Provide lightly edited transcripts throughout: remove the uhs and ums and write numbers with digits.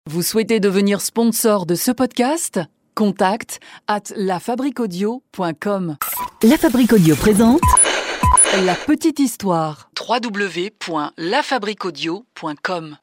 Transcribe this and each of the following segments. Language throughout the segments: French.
Vous souhaitez devenir sponsor de ce podcast ? Contact @lafabriquaudio.com. La Fabrique Audio présente La petite histoire. www.lafabriquaudio.com.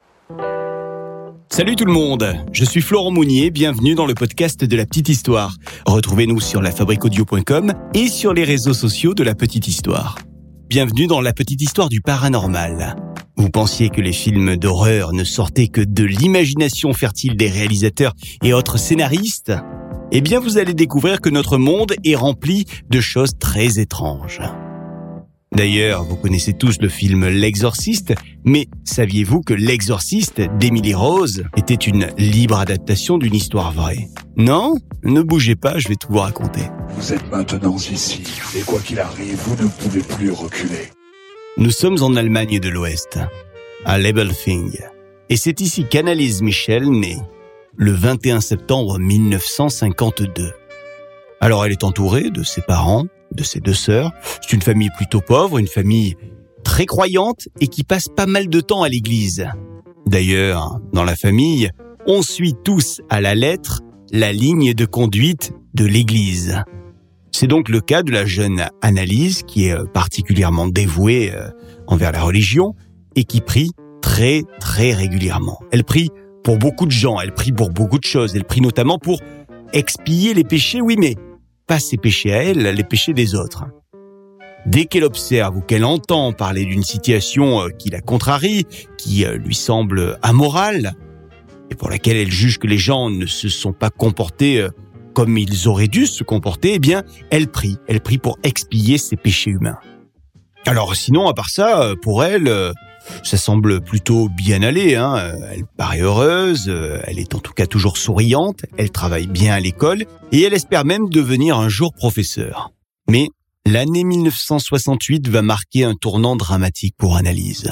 Salut tout le monde, je suis Florent Mounier, bienvenue dans le podcast de La Petite Histoire. Retrouvez-nous sur lafabriquaudio.com et sur les réseaux sociaux de La Petite Histoire. Bienvenue dans La Petite Histoire du paranormal. Vous pensiez que les films d'horreur ne sortaient que de l'imagination fertile des réalisateurs et autres scénaristes ? Eh bien, vous allez découvrir que notre monde est rempli de choses très étranges. D'ailleurs, vous connaissez tous le film L'Exorciste, mais saviez-vous que L'Exorciste d'Emily Rose était une libre adaptation d'une histoire vraie ? Non ? Ne bougez pas, je vais tout vous raconter. Vous êtes maintenant ici, et quoi qu'il arrive, vous ne pouvez plus reculer. Nous sommes en Allemagne de l'Ouest, à Lebelfing, et c'est ici qu'Anneliese Michel naît, le 21 septembre 1952. Alors elle est entourée de ses parents, de ses deux sœurs. C'est une famille plutôt pauvre, une famille très croyante et qui passe pas mal de temps à l'église. D'ailleurs, dans la famille, on suit tous à la lettre la ligne de conduite de l'église. C'est donc le cas de la jeune Anneliese qui est particulièrement dévouée envers la religion et qui prie très très régulièrement. Elle prie pour beaucoup de gens, elle prie pour beaucoup de choses, elle prie notamment pour expier les péchés, oui mais pas ses péchés à elle, les péchés des autres. Dès qu'elle observe ou qu'elle entend parler d'une situation qui la contrarie, qui lui semble amorale, et pour laquelle elle juge que les gens ne se sont pas comportés comme ils auraient dû se comporter, eh bien, elle prie pour expier ses péchés humains. Alors sinon, à part ça, pour elle, ça semble plutôt bien aller, Elle paraît heureuse, elle est en tout cas toujours souriante, elle travaille bien à l'école et elle espère même devenir un jour professeure. Mais l'année 1968 va marquer un tournant dramatique pour Anneliese.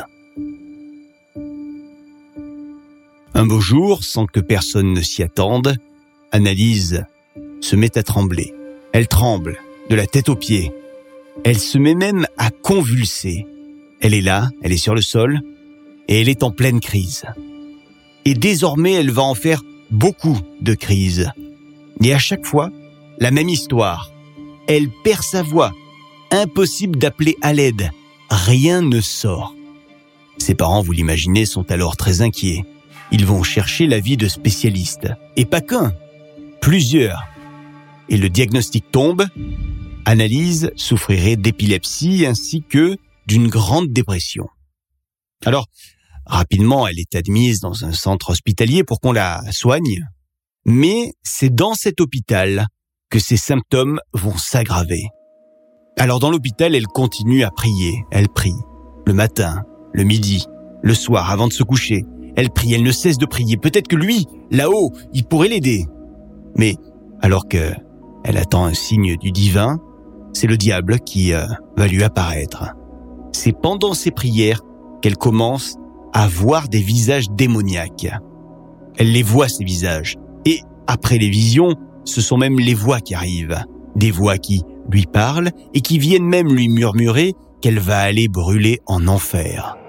Un beau jour, sans que personne ne s'y attende, Anneliese se met à trembler. Elle tremble, de la tête aux pieds. Elle se met même à convulser. Elle est là, elle est sur le sol, et elle est en pleine crise. Et désormais, elle va en faire beaucoup de crises. Et à chaque fois, la même histoire. Elle perd sa voix. Impossible d'appeler à l'aide. Rien ne sort. Ses parents, vous l'imaginez, sont alors très inquiets. Ils vont chercher l'avis de spécialistes. Et pas qu'un, plusieurs. Et le diagnostic tombe. Anneliese souffrirait d'épilepsie ainsi que d'une grande dépression. Alors, rapidement, elle est admise dans un centre hospitalier pour qu'on la soigne. Mais c'est dans cet hôpital que ses symptômes vont s'aggraver. Alors dans l'hôpital, elle continue à prier. Elle prie le matin, le midi, le soir avant de se coucher. Elle prie, elle ne cesse de prier. Peut-être que lui, là-haut, il pourrait l'aider. Mais alors que elle attend un signe du divin, c'est le diable qui va lui apparaître. C'est pendant ses prières qu'elle commence à voir des visages démoniaques. Elle les voit, ces visages. Et après les visions, ce sont même les voix qui arrivent. Des voix qui lui parlent et qui viennent même lui murmurer qu'elle va aller brûler en enfer.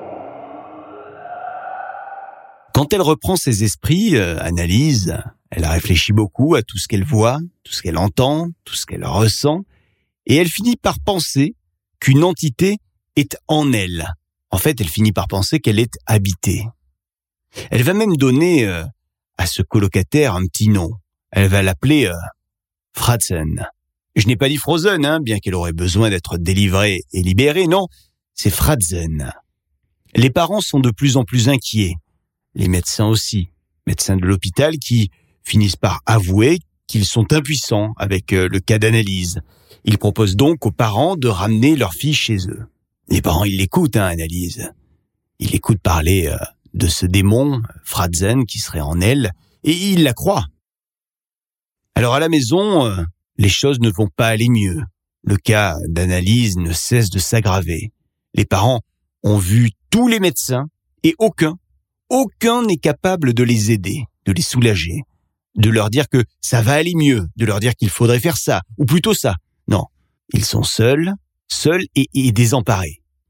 Quand elle reprend ses esprits, Anneliese, elle réfléchit beaucoup à tout ce qu'elle voit, tout ce qu'elle entend, tout ce qu'elle ressent, et elle finit par penser qu'une entité est en elle. En fait, elle finit par penser qu'elle est habitée. Elle va même donner à ce colocataire un petit nom. Elle va l'appeler Fradzen. Je n'ai pas dit Frozen, bien qu'elle aurait besoin d'être délivrée et libérée, non, c'est Fradzen. Les parents sont de plus en plus inquiets. Les médecins aussi, médecins de l'hôpital qui finissent par avouer qu'ils sont impuissants avec le cas d'Anneliese. Ils proposent donc aux parents de ramener leur fille chez eux. Les parents, ils l'écoutent, Anneliese. Ils l'écoutent parler de ce démon, Fradzen, qui serait en elle, et ils la croient. Alors à la maison, les choses ne vont pas aller mieux. Le cas d'Anneliese ne cesse de s'aggraver. Les parents ont vu tous les médecins et aucun n'est capable de les aider, de les soulager, de leur dire que ça va aller mieux, de leur dire qu'il faudrait faire ça, ou plutôt ça. Non, ils sont seuls et désemparés.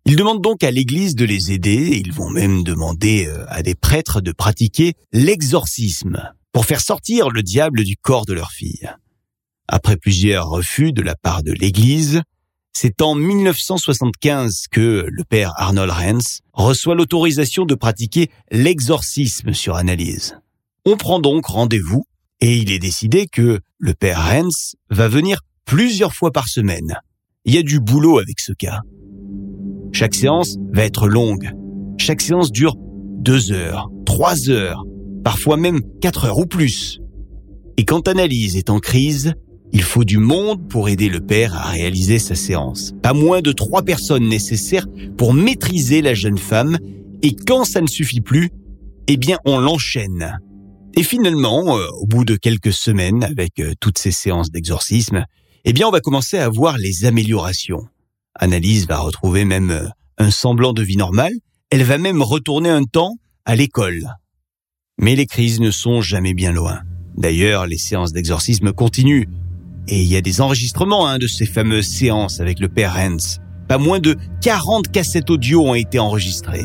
Ils demandent donc à l'église de les aider, et ils vont même demander à des prêtres de pratiquer l'exorcisme pour faire sortir le diable du corps de leur fille. Après plusieurs refus de la part de l'église, c'est en 1975 que le père Arnold Renz reçoit l'autorisation de pratiquer l'exorcisme sur Annalise. On prend donc rendez-vous et il est décidé que le père Renz va venir plusieurs fois par semaine. Il y a du boulot avec ce cas. Chaque séance va être longue. Chaque séance dure 2 heures, 3 heures, parfois même 4 heures ou plus. Et quand Annalise est en crise, il faut du monde pour aider le père à réaliser sa séance. Pas moins de 3 personnes nécessaires pour maîtriser la jeune femme. Et quand ça ne suffit plus, eh bien on l'enchaîne. Et finalement, au bout de quelques semaines, avec toutes ces séances d'exorcisme, eh bien on va commencer à voir les améliorations. Annalise va retrouver même un semblant de vie normale. Elle va même retourner un temps à l'école. Mais les crises ne sont jamais bien loin. D'ailleurs, les séances d'exorcisme continuent. Et il y a des enregistrements de ces fameuses séances avec le père Renz. Pas moins de 40 cassettes audio ont été enregistrées.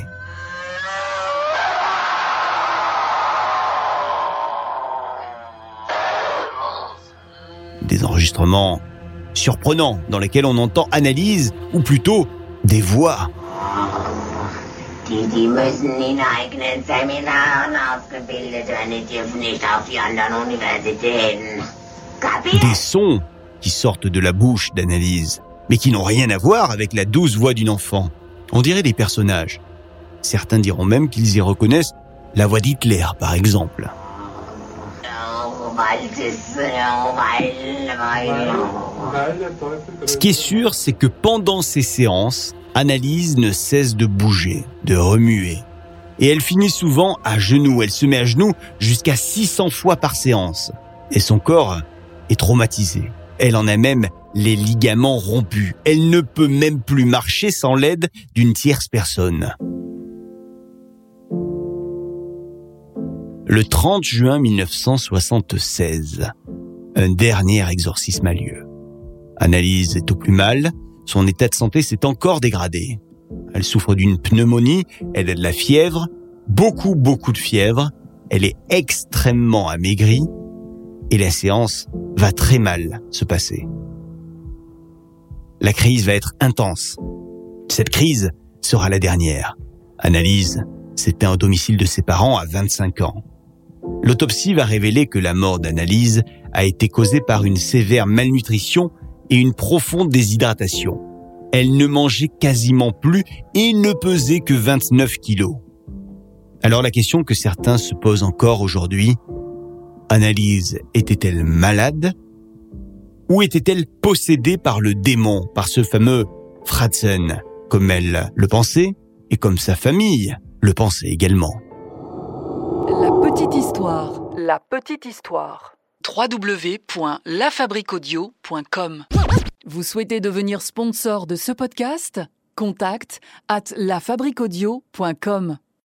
Des enregistrements surprenants dans lesquels on entend Annalise, ou plutôt des voix. Die müssen in eigenen Seminaren ausgebildet werden, die dürfen nicht auf die anderen Universitäten. Des sons qui sortent de la bouche d'Annalise, mais qui n'ont rien à voir avec la douce voix d'une enfant. On dirait des personnages. Certains diront même qu'ils y reconnaissent la voix d'Hitler, par exemple. Ce qui est sûr, c'est que pendant ces séances, Annalise ne cesse de bouger, de remuer. Et elle finit souvent à genoux. Elle se met à genoux jusqu'à 600 fois par séance. Et son corps est traumatisé. Elle en a même les ligaments rompus. Elle ne peut même plus marcher sans l'aide d'une tierce personne. Le 30 juin 1976, un dernier exorcisme a lieu. Annalise est au plus mal, son état de santé s'est encore dégradé. Elle souffre d'une pneumonie, elle a de la fièvre, beaucoup de fièvre, elle est extrêmement amaigrie et la séance va très mal se passer. La crise va être intense. Cette crise sera la dernière. Annalise s'éteint au domicile de ses parents à 25 ans. L'autopsie va révéler que la mort d'Annalise a été causée par une sévère malnutrition et une profonde déshydratation. Elle ne mangeait quasiment plus et ne pesait que 29 kilos. Alors la question que certains se posent encore aujourd'hui, Annalise était-elle malade ou était-elle possédée par le démon, par ce fameux Fratzen, comme elle le pensait et comme sa famille le pensait également? La petite histoire. La petite histoire. www.lafabriquaudio.com. Vous souhaitez devenir sponsor de ce podcast ? Contact @lafabriquaudio.com.